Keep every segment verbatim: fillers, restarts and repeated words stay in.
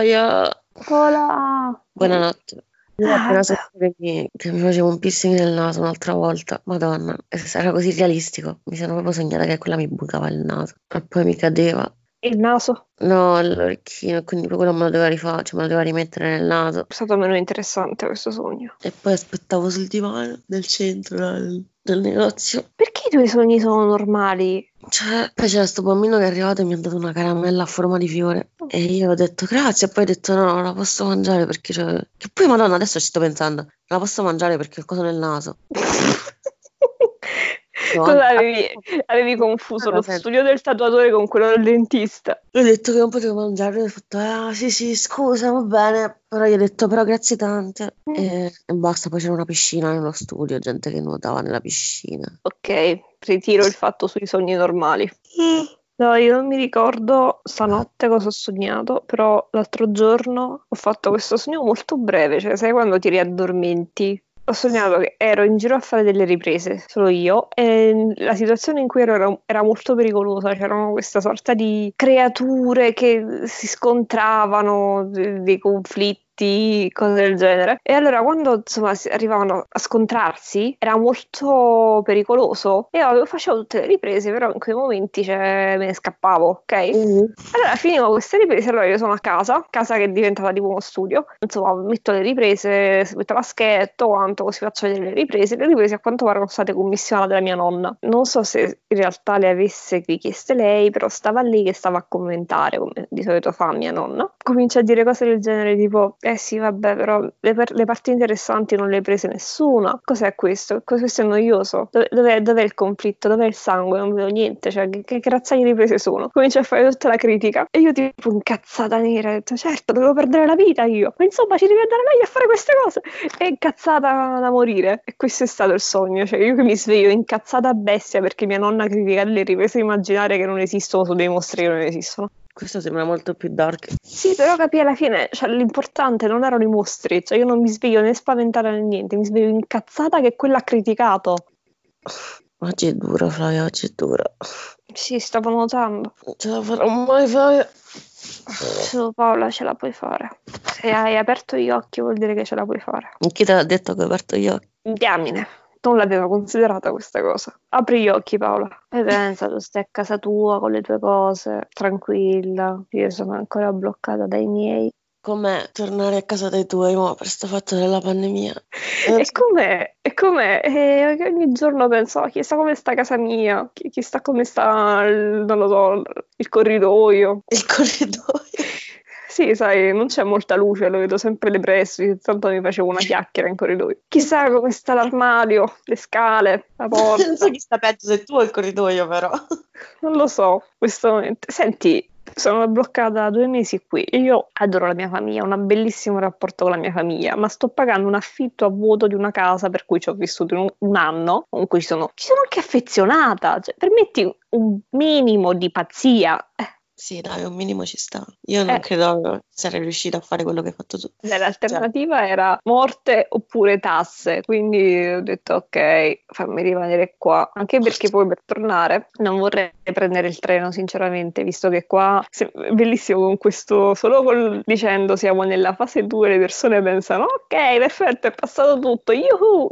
Flavia. Hola. Buonanotte. Io ho Ah, appena sentito che mi, che mi facevo un piercing nel naso un'altra volta. Madonna, era così realistico. Mi sono proprio sognata che quella mi bucava il naso. E poi mi cadeva. il naso No, l'orecchino, quindi poi quello me lo doveva rifare, cioè me lo doveva rimettere nel naso. è stato meno interessante questo sogno. E poi aspettavo sul divano del centro del, del negozio. Perché i tuoi sogni sono normali? Cioè, poi c'era sto bambino che è arrivato e mi ha dato una caramella a forma di fiore. E io ho detto grazie, e poi ho detto no, non la posso mangiare perché c'è... Che poi, madonna, adesso ci sto pensando, non la posso mangiare perché ho il coso nel naso. No, Cosa a- avevi, avevi confuso a- lo senti, studio del tatuatore con quello del dentista? ho detto che non potevo mangiare, ho fatto, ah sì sì, scusa, va bene. Però gli ho detto, però grazie tante. E, e basta, poi c'era una piscina nello studio, gente che nuotava nella piscina. Ok, ritiro il fatto sui sogni normali. No, io non mi ricordo stanotte cosa ho sognato, però l'altro giorno ho fatto questo sogno molto breve, cioè sai quando ti riaddormenti? Ho sognato che ero in giro a fare delle riprese, solo io, e la situazione in cui ero era, era molto pericolosa, c'erano questa sorta di creature che si scontravano, de- dei conflitti, cose del genere. E allora quando insomma si arrivavano a scontrarsi era molto pericoloso e io facevo tutte le riprese, però in quei momenti cioè, me ne scappavo, ok? Mhm. Allora finivo queste riprese, allora io sono a casa, casa che è diventata tipo uno studio, insomma metto le riprese, metto la scherzo, quanto, così faccio vedere le riprese, le riprese a quanto pare sono state commissionate da mia nonna, non so se in realtà le avesse richieste lei, però stava lì che stava a commentare, come di solito fa mia nonna, comincia a dire cose del genere tipo, eh sì vabbè però le, par- le parti interessanti non le hai prese nessuna, cos'è questo? Questo è noioso, Dove- dov'è, dov'è il conflitto, dov'è il sangue, non vedo niente, cioè che, che razza di riprese sono? Comincia a fare tutta la critica e io tipo incazzata nera, ho detto certo dovevo perdere la vita io, ma insomma ci devi andare lei a fare queste cose e incazzata da morire. E questo è stato il sogno, cioè io che mi sveglio incazzata a bestia perché mia nonna critica le riprese immaginarie che non esistono su dei mostri che non esistono. Questo sembra molto più dark. Sì, però capì alla fine, cioè, l'importante non erano i mostri, cioè io non mi sveglio né spaventata né niente, mi sveglio incazzata che quella ha criticato. Oggi è duro, Flavia, oggi è duro. Sì, stavo notando. Non ce la farò mai, Flavia. Su Paola ce la puoi fare. Se hai aperto gli occhi vuol dire che ce la puoi fare. Chi te l'ha detto che ho aperto gli occhi? Diamine, non l'avevo considerata questa cosa. Apri gli occhi, Paola. E pensa, tu stai a casa tua con le tue cose, tranquilla. Io sono ancora bloccata dai miei. Com'è tornare a casa dei tuoi, mo, per sto fatto della pandemia? Eh, E com'è? E com'è? E ogni giorno penso, "Ah, chissà come sta casa mia, chi- chissà come sta, il, non lo so, il corridoio. Il corridoio. Sì, sai, non c'è molta luce, lo vedo sempre depresso, tanto mi facevo una chiacchiera in corridoio. Chissà come sta l'armadio, le scale, la Non so porta. chi sta peggio, se tu o il corridoio, però. Non lo so, questo momento. Senti, sono bloccata due mesi qui e io adoro la mia famiglia, ho un bellissimo rapporto con la mia famiglia, ma sto pagando un affitto a vuoto di una casa per cui ci ho vissuto un, un anno, con cui ci sono, ci sono anche affezionata. Cioè, permetti un minimo di pazzia. Eh, Sì, dai, un minimo ci sta. Io non eh. credo sarei riuscita a fare quello che hai fatto tu. Cioè, L'alternativa era morte oppure tasse, quindi ho detto ok, fammi rimanere qua, anche perché poi per tornare non vorrei prendere il treno sinceramente, visto che qua se- è bellissimo con questo, solo col, dicendo siamo nella fase due le persone pensano ok, perfetto, è passato tutto, yuhu!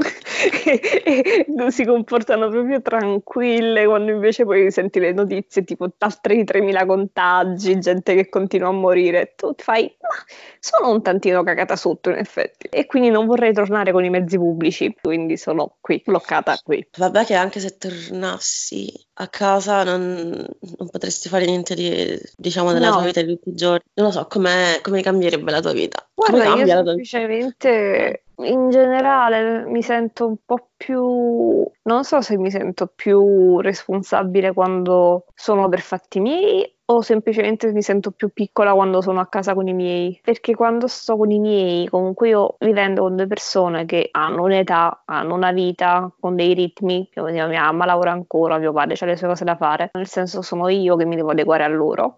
e, e si comportano proprio tranquille, quando invece poi senti le notizie tipo altri tremila contagi, gente che continua a morire, tu ti fai ma sono un tantino cagata sotto in effetti e quindi non vorrei tornare con i mezzi pubblici, quindi sono qui, bloccata qui. vabbè che anche se tornassi a casa non, non potresti fare niente di, diciamo, della tua No, vita di tutti i giorni. Non lo so, come come cambierebbe la tua vita? Come guarda, io cambia la tua vita? semplicemente in generale mi sento un po' più, non so se mi sento più responsabile quando sono per fatti miei o semplicemente mi sento più piccola quando sono a casa con i miei, perché quando sto con i miei, comunque io vivendo con due persone che hanno un'età, hanno una vita, con dei ritmi, che mia mamma lavora ancora, mio padre ha le sue cose da fare, nel senso sono io che mi devo adeguare a loro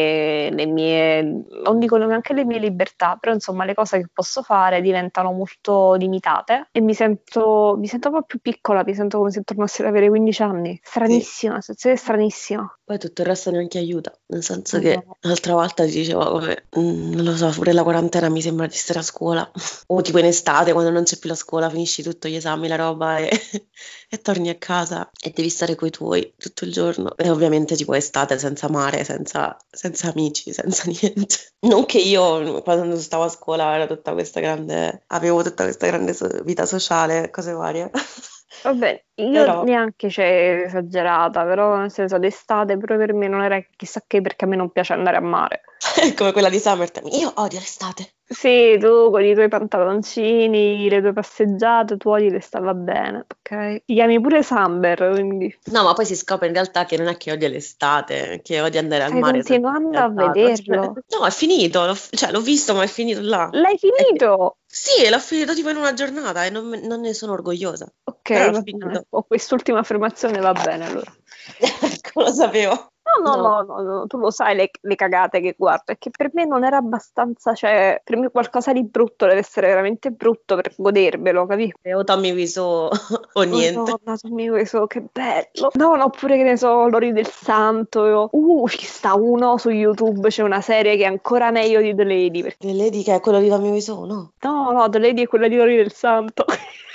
e le mie, non dico neanche le mie libertà, però insomma le cose che posso fare diventano molto limitate e mi sento, mi sento un po' più piccola, mi sento come se tornassi ad avere quindici anni, Sì. stranissima, sensazione stranissima. Poi tutto il resto neanche aiuta. nel senso che No. l'altra volta ti dicevo come, mm, non lo so, pure la quarantena mi sembra di stare a scuola, o tipo in estate quando non c'è più la scuola, finisci tutto gli esami, la roba e, e torni a casa e devi stare coi tuoi tutto il giorno. E ovviamente tipo estate senza mare, senza, senza amici, senza niente. Non che io quando stavo a scuola era tutta questa grande, avevo tutta questa grande so- vita sociale, cose varie. Vabbè, io Però neanche c'è esagerata, però nel senso d'estate pure per me non era chissà che perché a me non piace andare a mare. è come quella di Summertime. Io odio l'estate. Sì, tu con i tuoi pantaloncini, le tue passeggiate, tu odi l'estate, va bene, ok? Ti chiami pure Samber, quindi No, ma poi si scopre in realtà che non è che odia l'estate, che odia andare al stai mare senza continuando a fidanzato. Cioè, vederlo. no, è finito, l'ho, cioè, l'ho visto, ma è finito là. L'hai È che- finito? sì, l'ho finito tipo in una giornata e non, me- non ne sono orgogliosa. Però Ok, l'ho va bene. finito. Ho quest'ultima affermazione, va bene allora. Ecco, lo sapevo. No, No. no, no, no, no, tu lo sai le, le cagate che guardo, è che per me non era abbastanza, cioè, per me qualcosa di brutto deve essere veramente brutto per godermelo, capito? O Tommy Wiseau o niente. Madonna, mio, questo che bello. No, no, oppure che ne so, Lori del Santo. Uh, ci sta uno su YouTube, c'è una serie che è ancora meglio di The Lady. perché- E lei che è quello di Tommy Wiseau, no? No, no, The Lady è quella di Lori del Santo.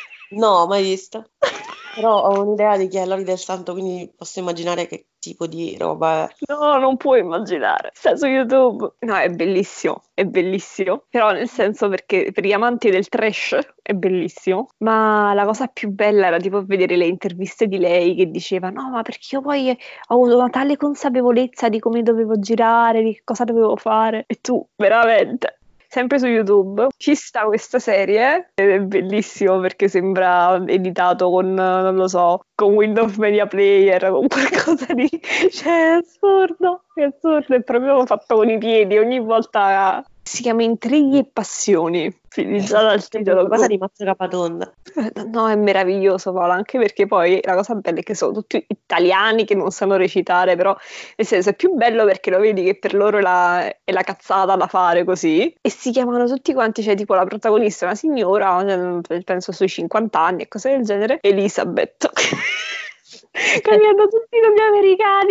No, mai vista. Però ho un'idea di chi è Lori del Santo, quindi posso immaginare che tipo di roba è. No, non puoi immaginare. Sta su YouTube. No, è bellissimo, è bellissimo. Però nel senso perché per gli amanti del trash è bellissimo. Ma la cosa più bella era tipo vedere le interviste di lei che diceva no, ma perché io poi ho avuto una tale consapevolezza di come dovevo girare, di che cosa dovevo fare. E tu, veramente. Sempre su YouTube ci sta questa serie ed è bellissimo perché sembra editato con, non lo so, con Windows Media Player, con qualcosa di... cioè è assurdo, è assurdo, è proprio fatto con i piedi, ogni volta si chiama Intrighi e Passioni, quindi già dal titolo. Qualcosa di Mazzo Capatonda. No, è meraviglioso Paola, anche perché poi la cosa bella è che sono tutti italiani che non sanno recitare, però nel senso è più bello perché lo vedi che per loro è la, è la cazzata da fare così e si chiamano tutti quanti, cioè tipo la protagonista è una signora, eh, penso sui cinquanta anni e cose del genere, Elisabeth. Cambiando tutti i nomi americani.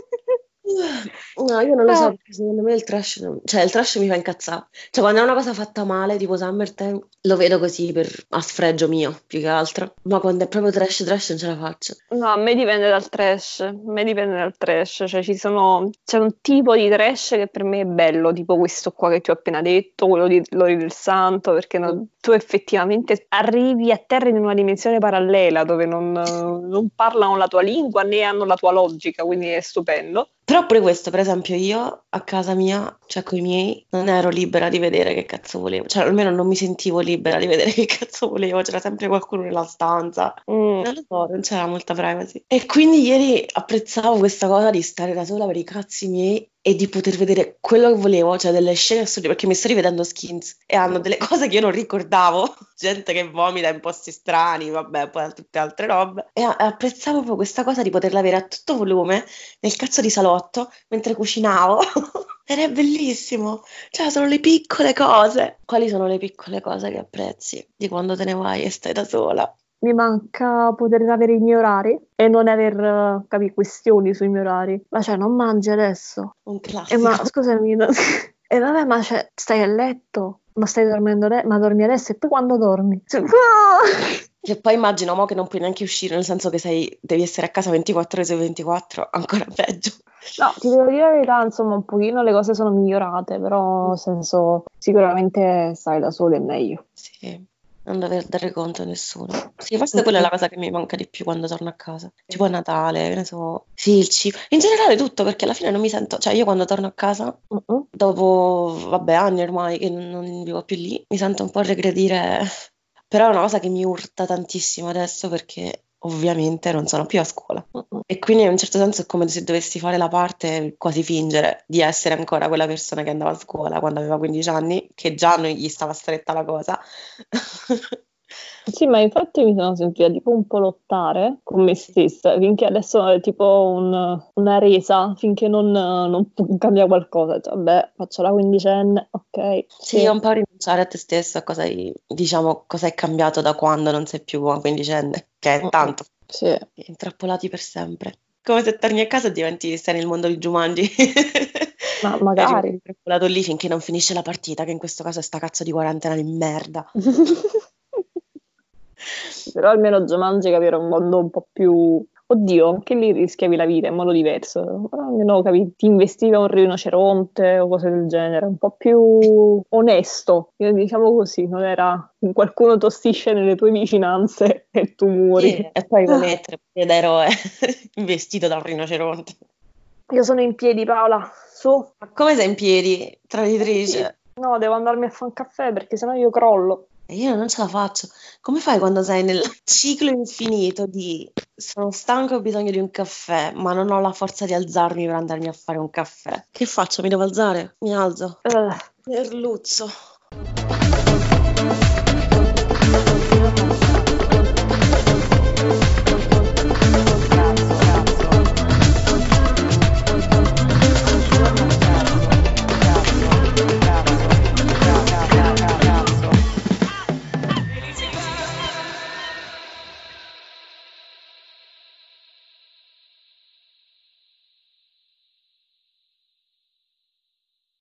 No, io non lo so, Eh, perché secondo me il trash, non- cioè il trash mi fa incazzare. Cioè quando è una cosa fatta male, tipo Summertime, lo vedo così per a sfregio mio, più che altro. Ma quando è proprio trash trash non ce la faccio. No, a me dipende dal trash, a me dipende dal trash, cioè ci sono, c'è un tipo di trash che per me è bello, tipo questo qua che ti ho appena detto, quello di Lori del Santo, perché non- tu effettivamente arrivi a terra in una dimensione parallela dove non, non parlano la tua lingua né hanno la tua logica, quindi è stupendo. Però pure questo, per esempio, io a casa mia, cioè con i miei, non ero libera di vedere che cazzo volevo. Cioè almeno non mi sentivo libera di vedere che cazzo volevo. C'era sempre qualcuno nella stanza. Mm. Non lo so, non c'era molta privacy. E quindi ieri apprezzavo questa cosa di stare da sola per i cazzi miei e di poter vedere quello che volevo, cioè delle scene assurde, perché mi sto rivedendo Skins e hanno delle cose che io non ricordavo, gente che vomita in posti strani, vabbè, poi tutte altre robe. E a- apprezzavo proprio questa cosa di poterla avere a tutto volume nel cazzo di salotto mentre cucinavo. Ed è bellissimo. Cioè, sono le piccole cose. Quali sono le piccole cose che apprezzi di quando te ne vai e stai da sola? Mi manca poter avere i miei orari e non aver, eh, capi, questioni sui miei orari. Ma cioè, non mangi adesso? Un E ma classico. scusami, no- e vabbè, ma cioè, stai a letto? Ma stai dormendo adesso? Ma dormi adesso? E poi quando dormi? Cioè, Che poi immagino mo che non puoi neanche uscire, nel senso che sei, devi essere a casa ventiquattro ore su ventiquattro, ancora peggio. no, ti devo dire la verità, insomma, un pochino le cose sono migliorate, però nel senso, sicuramente stai da solo è meglio. Sì, non dover dare conto a nessuno. Sì, forse quella è la cosa che mi manca di più quando torno a casa. Tipo a Natale, che ne so. Sì, il cibo. In generale tutto, perché alla fine non mi sento... Cioè, io quando torno a casa, Mm-mm. dopo, vabbè, anni ormai che non, non vivo più lì, mi sento un po' regredire. Però è una cosa che mi urta tantissimo adesso perché ovviamente non sono più a scuola. Mm-mm. E quindi in un certo senso è come se dovessi fare la parte, quasi fingere di essere ancora quella persona che andava a scuola quando aveva quindici anni, che già non gli stava stretta la cosa. Sì, ma infatti mi sono sentita tipo un po' lottare con me stessa, finché adesso è tipo un- una resa, finché non, non cambia qualcosa. Cioè, vabbè, faccio la quindicenne, ok, Sì, sì. è un po' rinunciare a te stesso, a cosa hai, diciamo, cosa è cambiato da quando non sei più una quindicenne, che è Mm-mm. tanto. Sì. Intrappolati per sempre. Come se torni a casa e diventi, stai nel mondo di Jumanji. Ma E magari. rimani intrappolato lì finché non finisce la partita, che in questo caso è sta cazzo di quarantena di merda. Però almeno Jumanji capire un mondo un po' più... Oddio, anche lì rischiavi la vita in modo diverso. Però almeno capi, ti investiva un rinoceronte o cose del genere, un po' più onesto, diciamo così, non era qualcuno tossisce nelle tue vicinanze e tu Sì, muori. e poi puoi mettere ed eroe vestito da un rinoceronte. Io sono in piedi, Paola, su. Ma come sei in piedi, Sì. traditrice? No, devo andarmi a fare un caffè perché sennò io crollo. E io non ce la faccio. Come fai quando sei nel ciclo infinito di sono stanco e ho bisogno di un caffè, ma non ho la forza di alzarmi per andarmi a fare un caffè? Che faccio? Mi devo alzare? Mi alzo. Eh. Merluzzo.